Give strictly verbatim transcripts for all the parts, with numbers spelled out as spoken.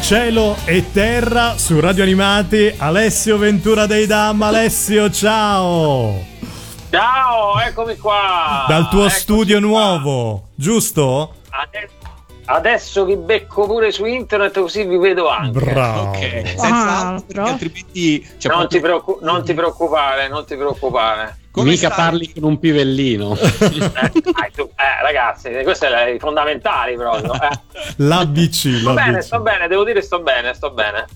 cielo e terra su Radio Animati. Alessio Ventura dei Dam. Alessio, ciao. Ciao, eccomi qua. Dal tuo eccoci studio qua. Nuovo, giusto? Adesso, adesso vi becco pure su internet, così vi vedo anche. Bravo. Ok, senza altro, perché altrimenti c'è non, proprio... ti preoccu- non ti preoccupare, non ti preoccupare. Come Mica stai? parli con un pivellino. Eh, dai, tu- eh, ragazzi, questi sono i fondamentali proprio. Eh. L'A B C, Sto l'A B bene, C. sto bene, devo dire sto bene, sto bene.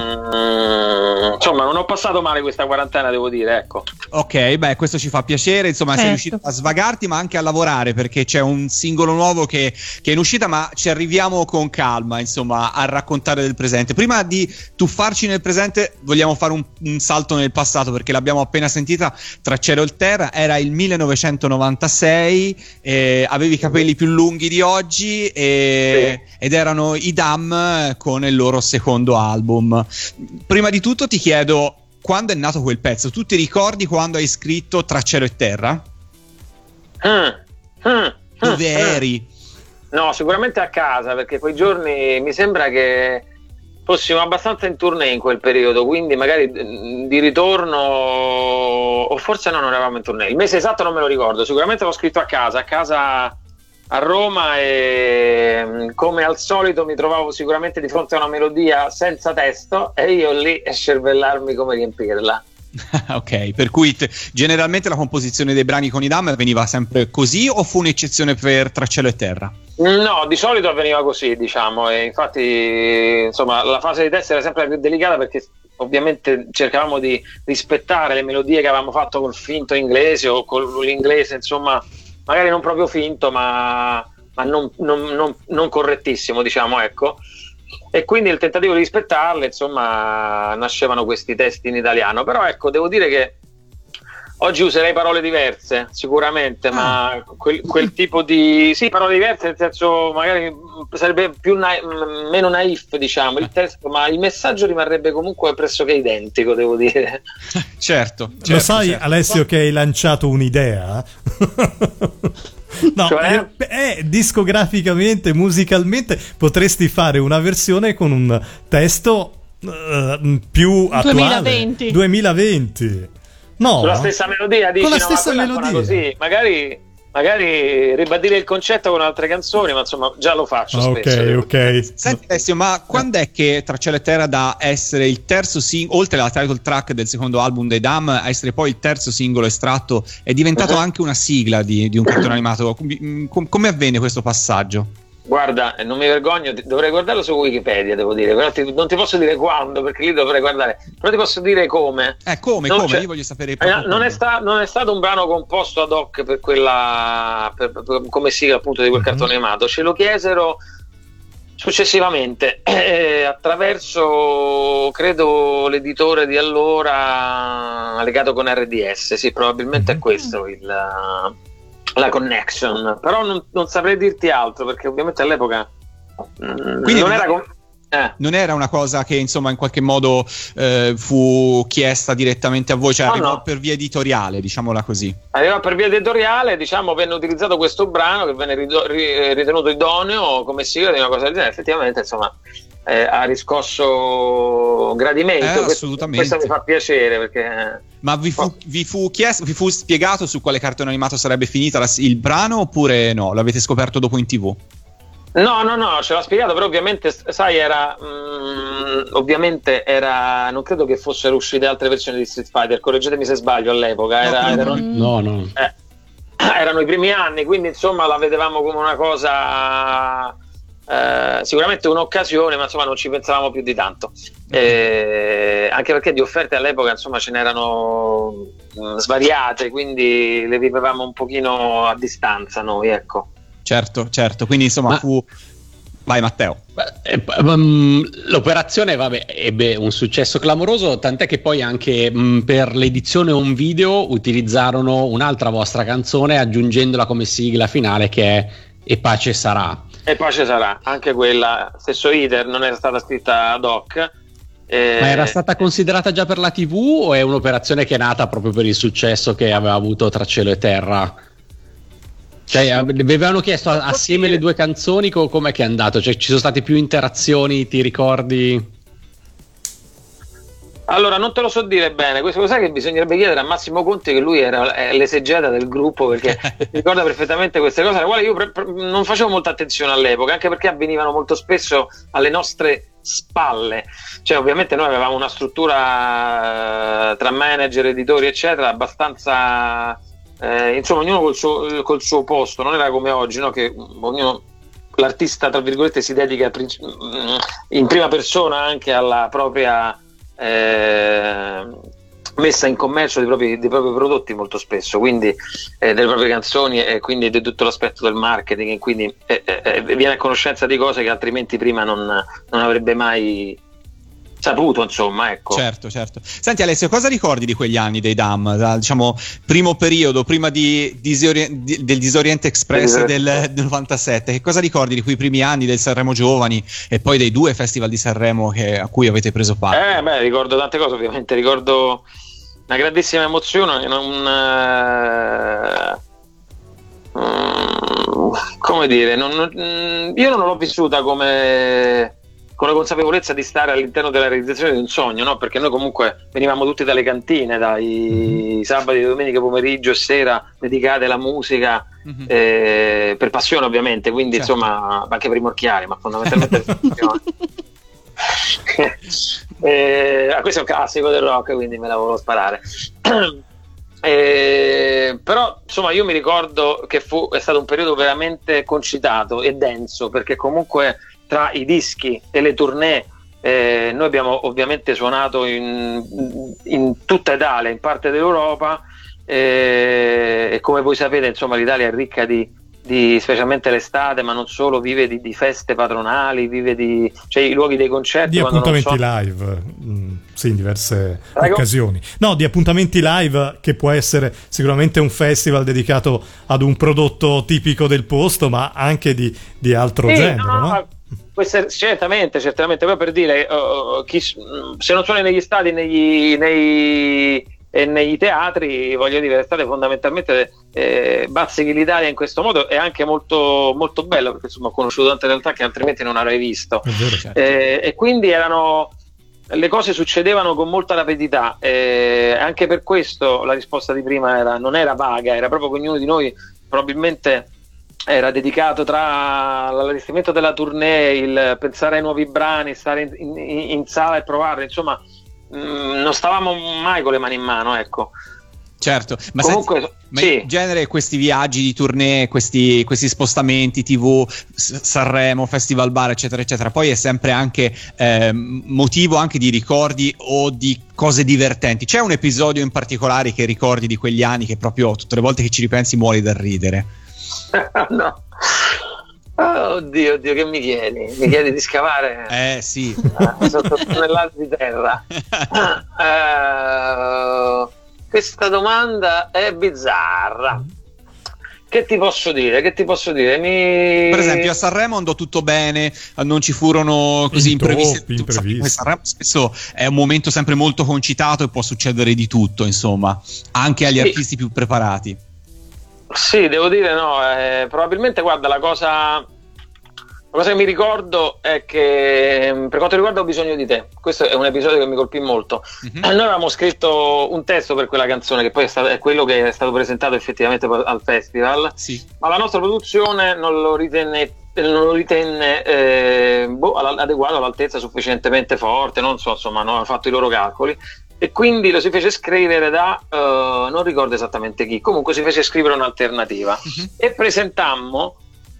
Mm, insomma, non ho passato male questa quarantena, devo dire, ecco. Ok, beh, questo ci fa piacere, insomma, sei Certo. riuscito a svagarti ma anche a lavorare, perché c'è un singolo nuovo che, che è in uscita, ma ci arriviamo con calma, insomma, a raccontare del presente. Prima di tuffarci nel presente vogliamo fare un, un salto nel passato, perché l'abbiamo appena sentita, Tra cielo e terra, era il millenovecentonovantasei, eh, avevi i capelli più lunghi di oggi e, Sì. ed erano i Dam con il loro secondo album. Prima di tutto ti chiedo, quando è nato quel pezzo? Tu ti ricordi quando hai scritto Tra cielo e terra? Mm, mm, Dove mm, eri? No, sicuramente a casa, perché quei giorni mi sembra che fossimo abbastanza in tournée in quel periodo, quindi magari mm, di ritorno, o forse no, non eravamo in tournée. Il mese esatto non me lo ricordo, sicuramente l'ho scritto a casa, a casa a Roma, e mm, come al solito mi trovavo sicuramente di fronte a una melodia senza testo e io lì a scervellarmi come riempirla. Ok, per cui te- generalmente la composizione dei brani con i Dam veniva sempre così, o fu un'eccezione per Tra cielo e terra? No, di solito avveniva così, diciamo, e infatti insomma la fase di testa era sempre la più delicata, perché ovviamente cercavamo di rispettare le melodie che avevamo fatto col finto inglese o con l'inglese, insomma, magari non proprio finto, ma, ma non, non, non, non correttissimo, diciamo, ecco. E quindi il tentativo di rispettarle, insomma, nascevano questi testi in italiano. Però ecco, devo dire che oggi userei parole diverse, sicuramente, ah. ma quel, quel tipo di... Sì, parole diverse, nel senso, magari sarebbe più na- meno naif, diciamo, il testo, ma il messaggio rimarrebbe comunque pressoché identico, devo dire. Certo. certo Lo sai, certo. Alessio, che hai lanciato un'idea? No, Cioè? eh, eh, discograficamente, musicalmente potresti fare una versione con un testo eh, più attuale. duemilaventi. duemilaventi. No. Sulla stessa melodia, dici, Con la no, stessa ma quella melodia. suona così, magari, magari ribadire il concetto con altre canzoni, ma insomma già lo faccio Ok, spesso. ok. Senti Alessio, ma quando è che Tra cielo e terra, da essere il terzo singolo, oltre alla title track del secondo album dei Dam, a essere poi il terzo singolo estratto, è diventato Uh-huh. anche una sigla di, di un cartone animato? Com- com- come avvenne questo passaggio? Guarda, non mi vergogno, ti- dovrei guardarlo su Wikipedia, devo dire, però ti- non ti posso dire quando, perché lì dovrei guardare, però ti posso dire come. Eh, come, Non come? c'è- Io voglio sapere Eh, proprio non, è come. sta- non è stato un brano composto ad hoc per quella per- per- come sigla appunto di quel Mhm. cartone animato, ce lo chiesero successivamente eh, attraverso, credo, l'editore di allora legato con R D S. Sì, probabilmente è questo il, la connection, però non, non saprei dirti altro, perché ovviamente all'epoca mm, Quindi non non- era com- eh. Non era una cosa che insomma in qualche modo eh, fu chiesta direttamente a voi, cioè No, arrivò no. per via editoriale, diciamola così. Arriva per via editoriale, diciamo, venne utilizzato questo brano che venne rido- ri- ritenuto idoneo come sigla di una cosa del genere. Effettivamente, insomma, eh, ha riscosso gradimento. Eh, questo, assolutamente. questo mi fa piacere, perché Ma vi fu, Oh. vi fu chiesto, vi fu spiegato su quale cartone animato sarebbe finita la- il brano, oppure no? L'avete scoperto dopo in tivù? no, no, no, ce l'ha spiegato, però ovviamente, sai, era mm, ovviamente era, non credo che fossero uscite altre versioni di Street Fighter, correggetemi se sbaglio, all'epoca, era, No, erano, No, no. eh, erano i primi anni, quindi insomma la vedevamo come una cosa, eh, sicuramente un'occasione, ma insomma non ci pensavamo più di tanto. Eh, anche perché di offerte all'epoca insomma ce n'erano mh, svariate, quindi le vivevamo un pochino a distanza noi, ecco. Certo, certo, quindi insomma Ma- fu... Vai Matteo. Beh, eh, p- um, l'operazione vabbè, ebbe un successo clamoroso, tant'è che poi anche mh, per l'edizione home video utilizzarono un'altra vostra canzone aggiungendola come sigla finale, che è E pace sarà. E pace sarà, anche quella, stesso iter, non era stata scritta ad hoc. eh, Ma era stata considerata già per la tivù o è un'operazione che è nata proprio per il successo che aveva avuto Tra cielo e terra? Cioè, vi avevano chiesto assieme le due canzoni, com'è che è andato? Cioè, ci sono state più interazioni, ti ricordi? Allora, non te lo so dire bene, questo lo sai che bisognerebbe chiedere a Massimo Conti, che lui era l'esegeta del gruppo, perché ricorda perfettamente queste cose alle quali io pre- pre- non facevo molta attenzione all'epoca, anche perché avvenivano molto spesso alle nostre spalle. Cioè, ovviamente noi avevamo una struttura eh, tra manager, editori eccetera abbastanza eh, insomma, ognuno col suo, col suo posto, non era come oggi, no? Che ognuno, l'artista tra virgolette, si dedica in prima persona anche alla propria Eh, messa in commercio dei propri, dei propri prodotti molto spesso, quindi eh, delle proprie canzoni, e quindi di tutto l'aspetto del marketing, e quindi eh, eh, viene a conoscenza di cose che altrimenti prima non, non avrebbe mai saputo, insomma, ecco. Certo, certo. Senti Alessio, cosa ricordi di quegli anni dei D A M? Da, diciamo, primo periodo, prima di, Disorient, di, del Disorient Express del, del novantasette, che cosa ricordi di quei primi anni del Sanremo Giovani e poi dei due festival di Sanremo che, a cui avete preso parte? Eh, beh, ricordo tante cose, ovviamente. Ricordo una grandissima emozione, non, uh, come dire, non, non, io non l'ho vissuta come... con la consapevolezza di stare all'interno della realizzazione di un sogno, no? Perché noi comunque venivamo tutti dalle cantine, dai mm-hmm. sabati, domenica pomeriggio e sera dedicate alla musica, mm-hmm. eh, per passione ovviamente, quindi certo. Insomma anche per rimorchiare, ma fondamentalmente per passione. eh, questo è un classico del rock, quindi me la volevo sparare. Eh, però insomma io mi ricordo che fu, è stato un periodo veramente concitato e denso, perché comunque tra i dischi e le tournée eh, noi abbiamo ovviamente suonato in, in tutta Italia, in parte dell'Europa, eh, e come voi sapete insomma l'Italia è ricca di, di specialmente l'estate, ma non solo, vive di, di feste patronali, vive di, cioè i luoghi dei concerti, di appuntamenti so... live, mh, sì, in diverse Prego? occasioni. No, di appuntamenti live, che può essere sicuramente un festival dedicato ad un prodotto tipico del posto, ma anche di, di altro sì, genere, no? no? Queste, certamente, certamente. Poi per dire, uh, chi, se non sono negli stadi, negli, nei, e negli teatri, voglio dire, l'estate fondamentalmente eh, bazzichi l'Italia in questo modo è anche molto, molto bello, perché insomma ho conosciuto tante realtà che altrimenti non avrei visto. Vero, certo. eh, e quindi erano, le cose succedevano con molta rapidità, eh, anche per questo la risposta di prima era, non era vaga, era proprio che ognuno di noi probabilmente era dedicato tra l'allestimento della tournée, il pensare ai nuovi brani, stare in, in, in sala e provarli, insomma mh, non stavamo mai con le mani in mano, ecco. Certo, ma comunque senti, ma sì. in genere questi viaggi di tournée, questi, questi spostamenti tivù, Sanremo, Festival Bar eccetera eccetera, poi è sempre anche eh, motivo anche di ricordi o di cose divertenti. C'è un episodio in particolare che ricordi di quegli anni che proprio tutte le volte che ci ripensi muori dal ridere? No. Oh, oddio, oddio, che mi chiedi? Mi chiedi di scavare? Eh sì. Uh, sotto tonnellate di terra. Uh, questa domanda è bizzarra. Che ti posso dire? Che ti posso dire? Mi... Per esempio a Sanremo andò tutto bene, non ci furono così imprevisti. imprevisti. Sanremo spesso è un momento sempre molto concitato e può succedere di tutto, insomma, anche agli sì. artisti più preparati. Sì, devo dire no, eh, probabilmente guarda la cosa, la cosa che mi ricordo è che per quanto riguarda Ho bisogno di te, questo è un episodio che mi colpì molto. Mm-hmm. Noi avevamo scritto un testo per quella canzone che poi è, stato, è quello che è stato presentato effettivamente al festival, sì. ma la nostra produzione non lo ritenne, non lo ritenne eh, boh, adeguato all'altezza, sufficientemente forte, non so, insomma, non hanno fatto i loro calcoli. E quindi lo si fece scrivere da, uh, non ricordo esattamente chi, comunque si fece scrivere un'alternativa. Uh-huh. E presentammo,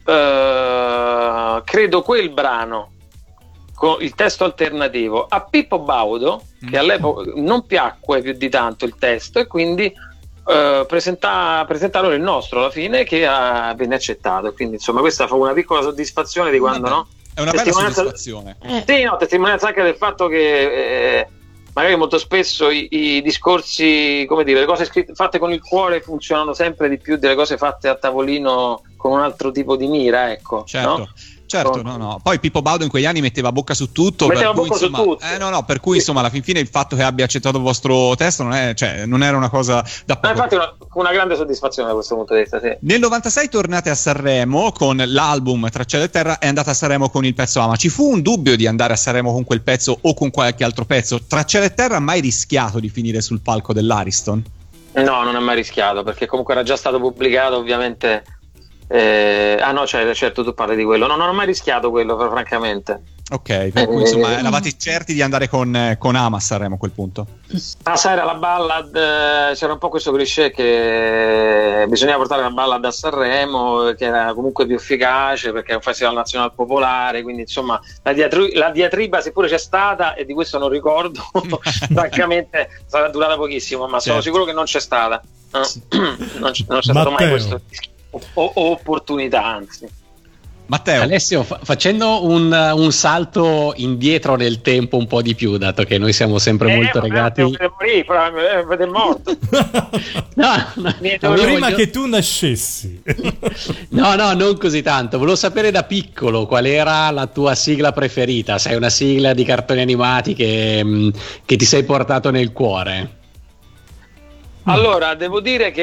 uh, credo, quel brano con il testo alternativo a Pippo Baudo, uh-huh. che all'epoca non piacque più di tanto il testo, e quindi uh, presenta- presentarono il nostro alla fine, che uh, venne accettato. E quindi insomma questa fu una piccola soddisfazione di quando, Vabbè, no? È una bella soddisfazione. Eh. Sì, no, testimonianza anche del fatto che... Eh, magari molto spesso i, i discorsi, come dire, le cose scritte, fatte con il cuore funzionano sempre di più delle cose fatte a tavolino con un altro tipo di mira, ecco. Certo. No? certo, no, no. Poi Pippo Baudo in quegli anni metteva bocca su tutto. Metteva per cui, bocca insomma, su tutto. Eh, no, no, per cui insomma alla fin fine il fatto che abbia accettato il vostro testo non, è, cioè, non era una cosa da poco. Ma infatti una, una grande soddisfazione da questo punto di vista, sì. Nel novantasei tornate a Sanremo con l'album Tra cielo e terra e andate a Sanremo con il pezzo Ama. Ci fu un dubbio di andare a Sanremo con quel pezzo o con qualche altro pezzo? Tra cielo e terra ha mai rischiato di finire sul palco dell'Ariston? No, non ha mai rischiato, perché comunque era già stato pubblicato, ovviamente. Eh, ah no, cioè, certo, tu parli di quello. No, non ho mai rischiato quello, francamente. Ok, per cui insomma eravate certi di andare con, con Ama a Sanremo a quel punto. Ah, sai, era la ballad, eh, c'era un po' questo cliché che bisognava portare la ballad a Sanremo, che era comunque più efficace perché è un festival nazionale popolare, quindi insomma la, diatri- la diatriba seppure c'è stata, e di questo non ricordo, francamente sarà durata pochissimo, ma certo. Sono sicuro che non c'è stata, no? non, c- non c'è stato mai questo o- o- opportunità, anzi. Matteo. Alessio, fa- facendo un, un salto indietro nel tempo un po' di più, dato che noi siamo sempre eh, molto vabbè, legati. Devo morire, però vedere morto. no, no, prima voglio... che tu nascessi. no, no, non così tanto. Volevo sapere da piccolo qual era la tua sigla preferita. Sai, una sigla di cartoni animati che, che ti sei portato nel cuore. Allora, devo dire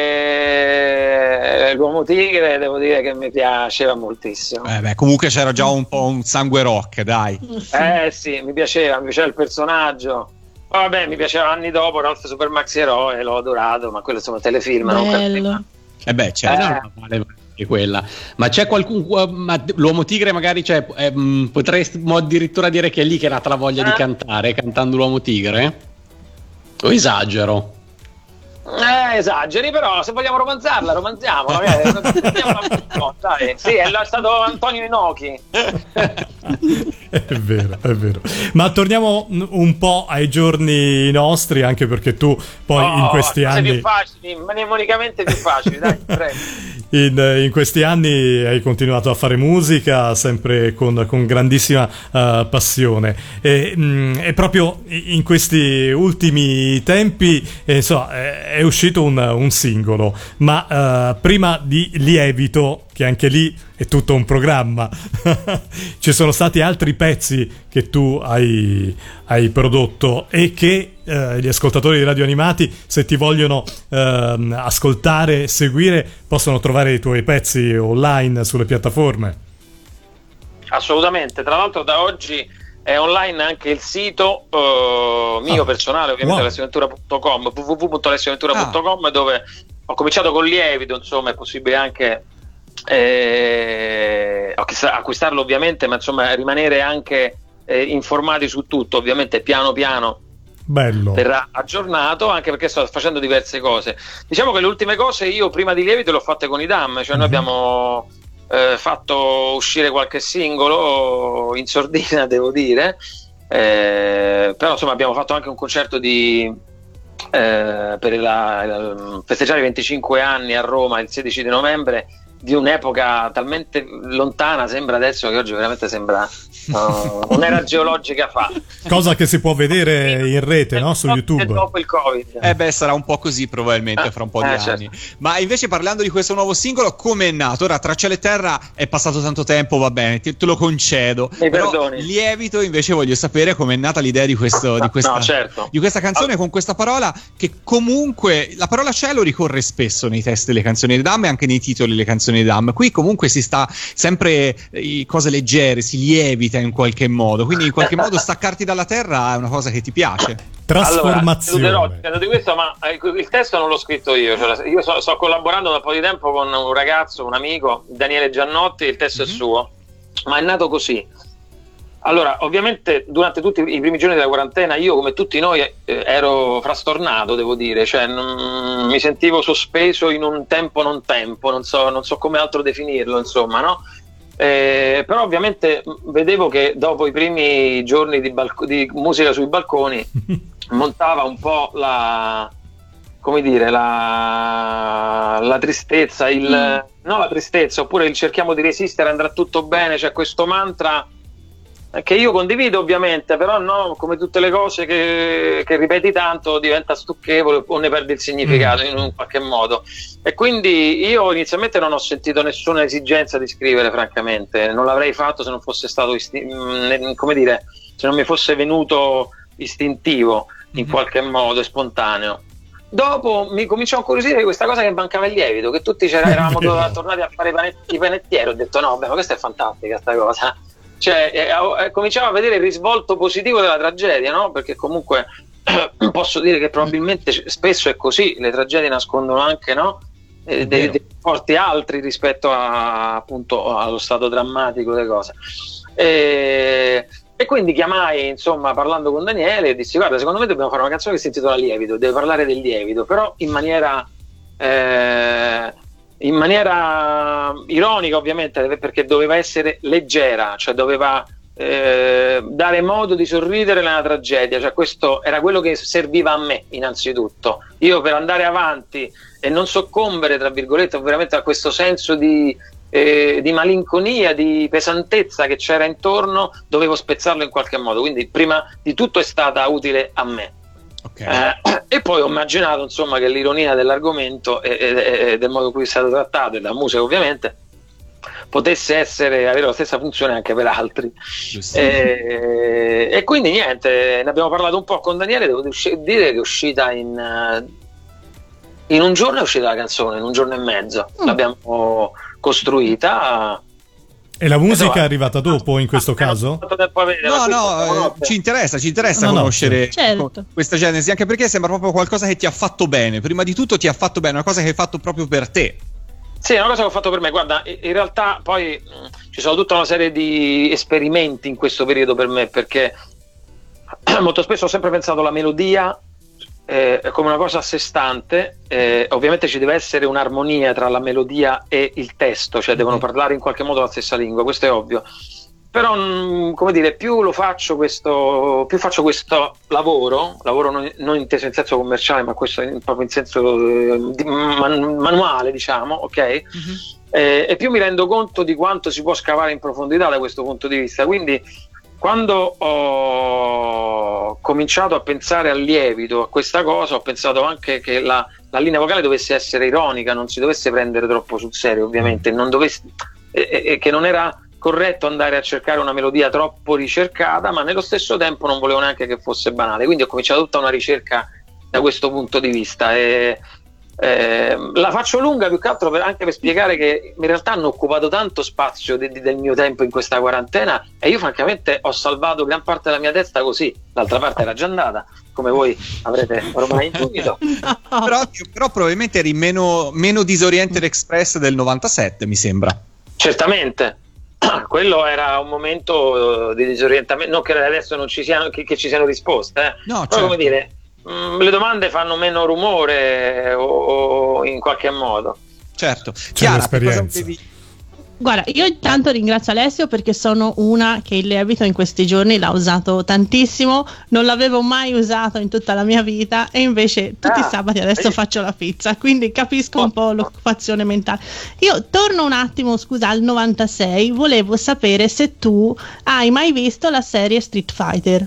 che l'Uomo Tigre, devo dire che mi piaceva moltissimo. Eh beh, comunque c'era già un po' un sangue rock, dai. Eh sì, mi piaceva, mi piaceva il personaggio. Poi vabbè, mi piaceva anni dopo Ralph Super Maxi Eroe, l'ho adorato, ma quello insomma telefilm, non cartone. Eh beh, c'è. Eh, no, vale, vale quella. Ma c'è qualcun ma l'Uomo Tigre magari, cioè, eh, potremmo addirittura dire che è lì che è nata la voglia eh. di cantare, cantando l'Uomo Tigre? O esagero? Eh, esageri, però se vogliamo romanzarla, romanziamo. Magari, no, dai. Sì, è stato Antonio Inoki. È vero, è vero. Ma torniamo un po' ai giorni nostri, anche perché tu poi oh, in questi anni più facili, mnemonicamente più facili, dai, prego. In, in questi anni hai continuato a fare musica sempre con, con grandissima uh, passione e, mh, e proprio in questi ultimi tempi eh, insomma, è, è uscito un, un singolo, ma uh, prima di Lievito, che anche lì è tutto un programma, ci sono stati altri pezzi che tu hai, hai prodotto e che eh, gli ascoltatori di Radio Animati, se ti vogliono eh, ascoltare e seguire, possono trovare i tuoi pezzi online sulle piattaforme. Assolutamente, tra l'altro da oggi è online anche il sito uh, mio ah, personale, ovviamente, wow. alessio ventura punto com, w w w punto alessio ventura punto com, ah. dove ho cominciato con Lievito, insomma è possibile anche Eh, acquistarlo ovviamente, ma insomma rimanere anche eh, informati su tutto, ovviamente piano piano bello verrà aggiornato, anche perché sto facendo diverse cose. Diciamo che le ultime cose io prima di Lievito le ho fatte con i Dam, cioè mm-hmm. noi abbiamo eh, fatto uscire qualche singolo in sordina, devo dire, eh, però insomma abbiamo fatto anche un concerto di eh, per la, la, festeggiare i venticinque anni a Roma il sedici di novembre, di un'epoca talmente lontana, sembra adesso che oggi veramente sembra uh, un'era geologica fa. Cosa che si può vedere in rete, no? Su YouTube. Dopo il Covid. Eh beh, sarà un po' così probabilmente fra un po' di eh, anni. certo. Ma invece parlando di questo nuovo singolo, come è nato? Ora, Tra cielo e terra è passato tanto tempo, va bene, te, te lo concedo. Mi però perdoni. Lievito invece voglio sapere come è nata l'idea di, questo, di, questa, no, certo. di questa canzone allora. Con questa parola che comunque, la parola cielo ricorre spesso nei testi delle canzoni di Dam e anche nei titoli delle canzoni di Dam. Qui comunque si sta sempre eh, cose leggere, si lievita in qualche modo, quindi in qualche modo staccarti dalla terra è una cosa che ti piace. Trasformazione. Allora, di questo, ma il testo non l'ho scritto io, cioè, io sto, sto collaborando da un po' di tempo con un ragazzo, un amico, Daniele Giannotti, il testo mm-hmm. è suo, ma è nato così. Allora, ovviamente durante tutti i primi giorni della quarantena io, come tutti noi, eh, ero frastornato, devo dire, cioè non, mi sentivo sospeso in un tempo non tempo, non so, non so come altro definirlo, insomma, no? Eh, però ovviamente vedevo che dopo i primi giorni di, balco- di musica sui balconi montava un po' la, come dire, la, la tristezza, il, mm. no la tristezza, oppure il cerchiamo di resistere, andrà tutto bene, cioè questo mantra che io condivido ovviamente, però no, come tutte le cose che, che ripeti tanto diventa stucchevole o ne perdi il significato mm. in un qualche modo, e quindi io inizialmente non ho sentito nessuna esigenza di scrivere, francamente non l'avrei fatto se non fosse stato isti- come dire, se non mi fosse venuto istintivo in mm. qualche modo e spontaneo. Dopo mi cominciò a incuriosire questa cosa che mancava il lievito, che tutti eravamo tornati a fare i panetti, panettieri. Ho detto no, beh, ma questa è fantastica sta cosa, cioè eh, eh, cominciavo a vedere il risvolto positivo della tragedia, no? Perché comunque eh, posso dire che probabilmente spesso è così, le tragedie nascondono anche, no? eh, dei, dei porti altri rispetto a, appunto allo stato drammatico delle cose. E, e quindi chiamai, insomma, parlando con Daniele, e dissi guarda, secondo me dobbiamo fare una canzone che si intitola Lievito, deve parlare del lievito, però in maniera eh, in maniera ironica, ovviamente, perché doveva essere leggera, cioè doveva eh, dare modo di sorridere nella tragedia, cioè questo era quello che serviva a me innanzitutto. Io, per andare avanti e non soccombere, tra virgolette, veramente a questo senso di Eh, di malinconia, di pesantezza che c'era intorno, dovevo spezzarlo in qualche modo, quindi prima di tutto è stata utile a me. Okay. Eh, e poi ho immaginato, insomma, che l'ironia dell'argomento e, e, e del modo in cui è stato trattato, e della musica ovviamente, potesse essere, avere la stessa funzione anche per altri. E, e quindi niente, ne abbiamo parlato un po' con Daniele. Devo dire che è uscita in in un giorno, è uscita la canzone, in un giorno e mezzo mm. l'abbiamo costruita. E la musica è arrivata dopo in questo caso? No, no, ci interessa, ci interessa no, conoscere no, certo. questa genesi, anche perché sembra proprio qualcosa che ti ha fatto bene. Prima di tutto ti ha fatto bene, una cosa che hai fatto proprio per te. Sì, è una cosa che ho fatto per me. Guarda, in realtà poi mh, ci sono tutta una serie di esperimenti in questo periodo per me, perché molto spesso ho sempre pensato alla melodia Eh, come una cosa a sé stante. Eh, ovviamente ci deve essere un'armonia tra la melodia e il testo, cioè devono parlare in qualche modo la stessa lingua, questo è ovvio, però mh, come dire, più lo faccio questo, più faccio questo lavoro lavoro non, non inteso in senso commerciale, ma questo in, proprio in senso eh, di, man, manuale, diciamo, ok? Mm-hmm. Eh, e più mi rendo conto di quanto si può scavare in profondità da questo punto di vista. Quindi quando ho cominciato a pensare al lievito, a questa cosa, ho pensato anche che la, la linea vocale dovesse essere ironica, non si dovesse prendere troppo sul serio, ovviamente, non dovesse, e, e che non era corretto andare a cercare una melodia troppo ricercata, ma nello stesso tempo non volevo neanche che fosse banale. Quindi ho cominciato tutta una ricerca da questo punto di vista. E, Eh, la faccio lunga più che altro per, anche per spiegare che in realtà hanno occupato tanto spazio de, de, del mio tempo in questa quarantena, e io francamente ho salvato gran parte della mia testa così, l'altra parte era già andata, come voi avrete ormai intuito. No. però, però probabilmente eri meno, meno Disoriented Express del novantasette, mi sembra. Certamente quello era un momento di disorientamento, non che adesso non ci siano, che, che ci siano risposte, eh. No, però certo. come dire, Mm, le domande fanno meno rumore o, o in qualche modo. Certo. C'è Chiara, l'esperienza. devi... Guarda, io intanto ringrazio Alessio perché sono una che il lievito in questi giorni l'ha usato tantissimo, non l'avevo mai usato in tutta la mia vita, e invece tutti ah, i sabati adesso io... faccio la pizza, quindi capisco un po' l'occupazione mentale. Io torno un attimo, scusa, al novantasei, volevo sapere se tu hai mai visto la serie Street Fighter.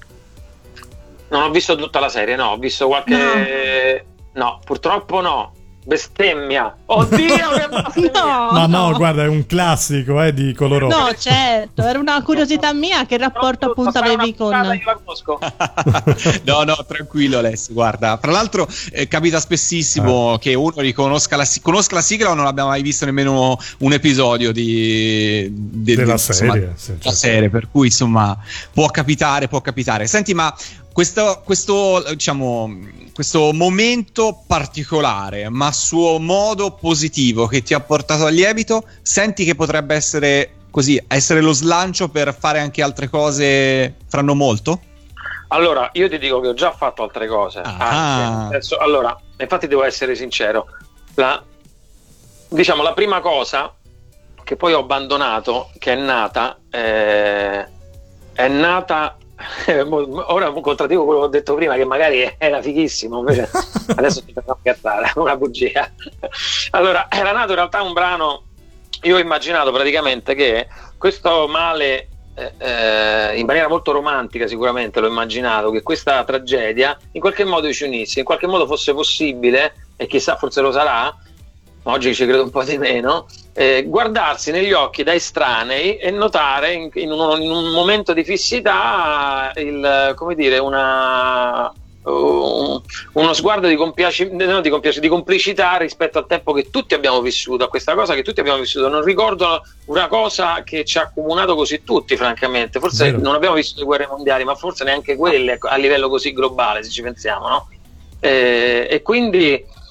Non ho visto tutta la serie, no, ho visto qualche... No, no purtroppo no. Bestemmia. Oddio, che no, ma no, no, guarda, è un classico eh, di coloro. No, certo, era una curiosità mia, che rapporto appunto avevi con... Io la conosco. No, no, tranquillo Alessio, guarda. Tra l'altro eh, capita spessissimo eh. che uno riconosca la, conosca la sigla, o non abbiamo mai visto nemmeno un episodio di, di della di, serie, insomma, sì, la certo. serie, per cui insomma può capitare, può capitare. Senti, ma questo, questo diciamo questo momento particolare, ma a suo modo positivo, che ti ha portato al lievito, senti che potrebbe essere così, essere lo slancio per fare anche altre cose fra non molto? Allora, io ti dico che ho già fatto altre cose. Ah. Anche, adesso, allora, infatti devo essere sincero, la, diciamo la prima cosa che poi ho abbandonato, che è nata, eh, è nata ora contraddico quello che ho detto prima, che magari era fighissimo, invece adesso ti faccio scherzare, una bugia. Allora, era nato in realtà un brano. Io ho immaginato praticamente che questo male eh, eh, in maniera molto romantica sicuramente l'ho immaginato, che questa tragedia in qualche modo ci unisse, in qualche modo fosse possibile, e chissà forse lo sarà, ma oggi ci credo un po' di meno, eh, guardarsi negli occhi da estranei e notare in, in, un, in un momento di fissità il, come dire, una... Uh, uno sguardo di, compiaci- no, di, compiaci- di complicità rispetto al tempo che tutti abbiamo vissuto, a questa cosa che tutti abbiamo vissuto. Non ricordo una cosa che ci ha accomunato così tutti, francamente. Forse Vero. non abbiamo visto le guerre mondiali, ma forse neanche quelle a livello così globale, se ci pensiamo, no? Eh, e quindi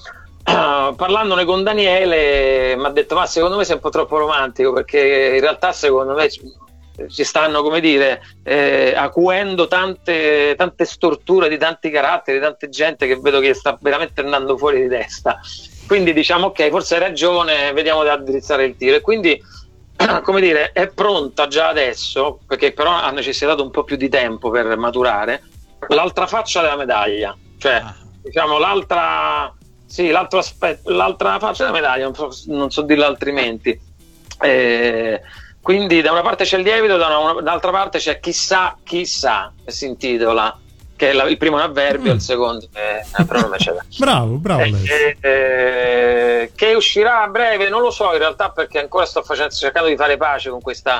uh, parlandone con Daniele mi ha detto: ma secondo me sei un po' troppo romantico, perché in realtà secondo me ci stanno, come dire, eh, acuendo tante, tante storture di tanti caratteri, di tante gente che vedo che sta veramente andando fuori di testa. Quindi diciamo ok, forse hai ragione, vediamo di addrizzare il tiro. E quindi, come dire, è pronta già adesso, perché però ha necessitato un po' più di tempo per maturare, l'altra faccia della medaglia, cioè ah. diciamo l'altra, sì, l'altro aspetto, l'altra faccia della medaglia, non so, non so dirlo altrimenti. Eh, Quindi da una parte c'è il lievito, da una, dall'altra parte c'è chissà, chissà, che si intitola, che è la, il primo è un avverbio, mm. il secondo è un pronome eccetera. Bravo, bravo. Eh, eh, che uscirà a breve, non lo so in realtà, perché ancora sto facendo, cercando di fare pace con questa,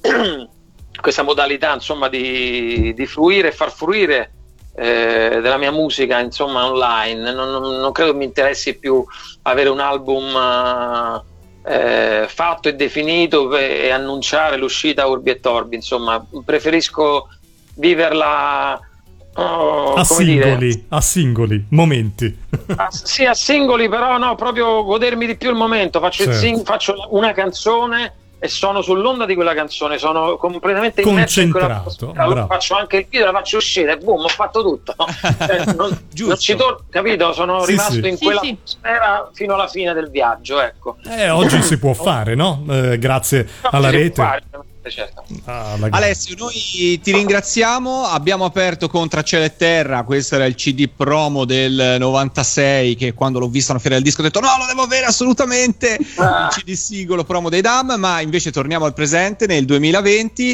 questa modalità, insomma, di, di fruire e far fruire eh, della mia musica, insomma, online. Non, non, non credo mi interessi più avere un album... Uh, Eh, fatto e definito e annunciare l'uscita urbi e torbi. Insomma, preferisco viverla oh, a come singoli, dire, a singoli momenti. a, sì, a singoli, però no, proprio godermi di più il momento. Faccio, certo. il sing- faccio una canzone e sono sull'onda di quella canzone, sono completamente immerso in quella musica. Faccio anche il video, la faccio uscire e boom, ho fatto tutto. eh, non, non ci tor- capito? Sono sì, rimasto sì. in quella sì, atmosfera sì. fino alla fine del viaggio, ecco. Eh, oggi si può fare, no? Eh, grazie no, alla rete. Fare, certo. Ah, Alessio, noi ti ringraziamo, abbiamo aperto con Tra Cielo e Terra, questo era il C D promo del novantasei, che quando l'ho visto alla Fiera del Disco ho detto no, lo devo avere assolutamente, ah. il C D singolo promo dei Dam, ma invece torniamo al presente nel duemilaventi,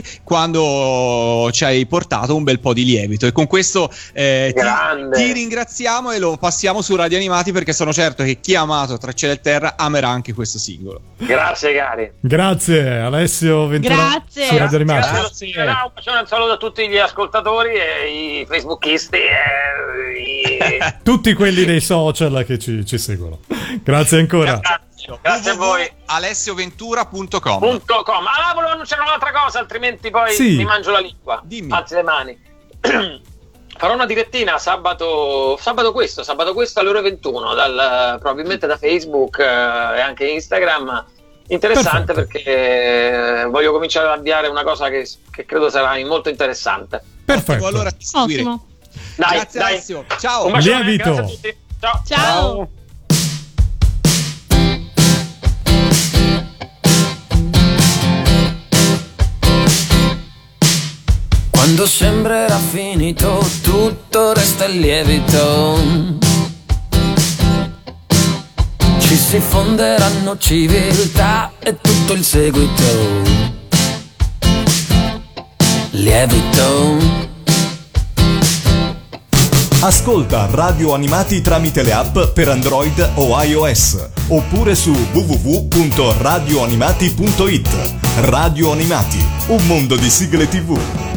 quando ci hai portato un bel po' di lievito, e con questo eh, ti, ti ringraziamo e lo passiamo su Radio Animati, perché sono certo che chi ha amato Tra Cielo e Terra amerà anche questo singolo. Grazie cari. Grazie Alessio Ventura. Grazie. Su Radio Animati. Grazie. Grazie. Facciamo un saluto a tutti gli ascoltatori e i facebookisti e i... tutti quelli dei social che ci, ci seguono. Grazie ancora. Grazie, grazie a voi. alessio ventura punto com. Ah, volevo annunciare un'altra cosa, altrimenti poi sì. mi mangio la lingua. Dimmi. Alzi le mani. Farò una direttina sabato, sabato questo, sabato questo alle ore ventuno, dal, probabilmente da Facebook eh, e anche Instagram. Interessante. Perfetto. Perché voglio cominciare ad avviare una cosa che, che credo sarà molto interessante. Perfetto. Ottimo, allora ti seguiremo. Ottimo. Dai, grazie dai. Alessio. Ciao. Un bacione, lievito. Grazie a tutti. Ciao. Ciao. Quando sembrerà finito tutto resta il lievito, ci si fonderanno civiltà e tutto il seguito. Lievito. Ascolta Radio Animati tramite le app per Android o iOS, oppure su w w w punto radio animati punto it. Radio Animati, un mondo di sigle tivù.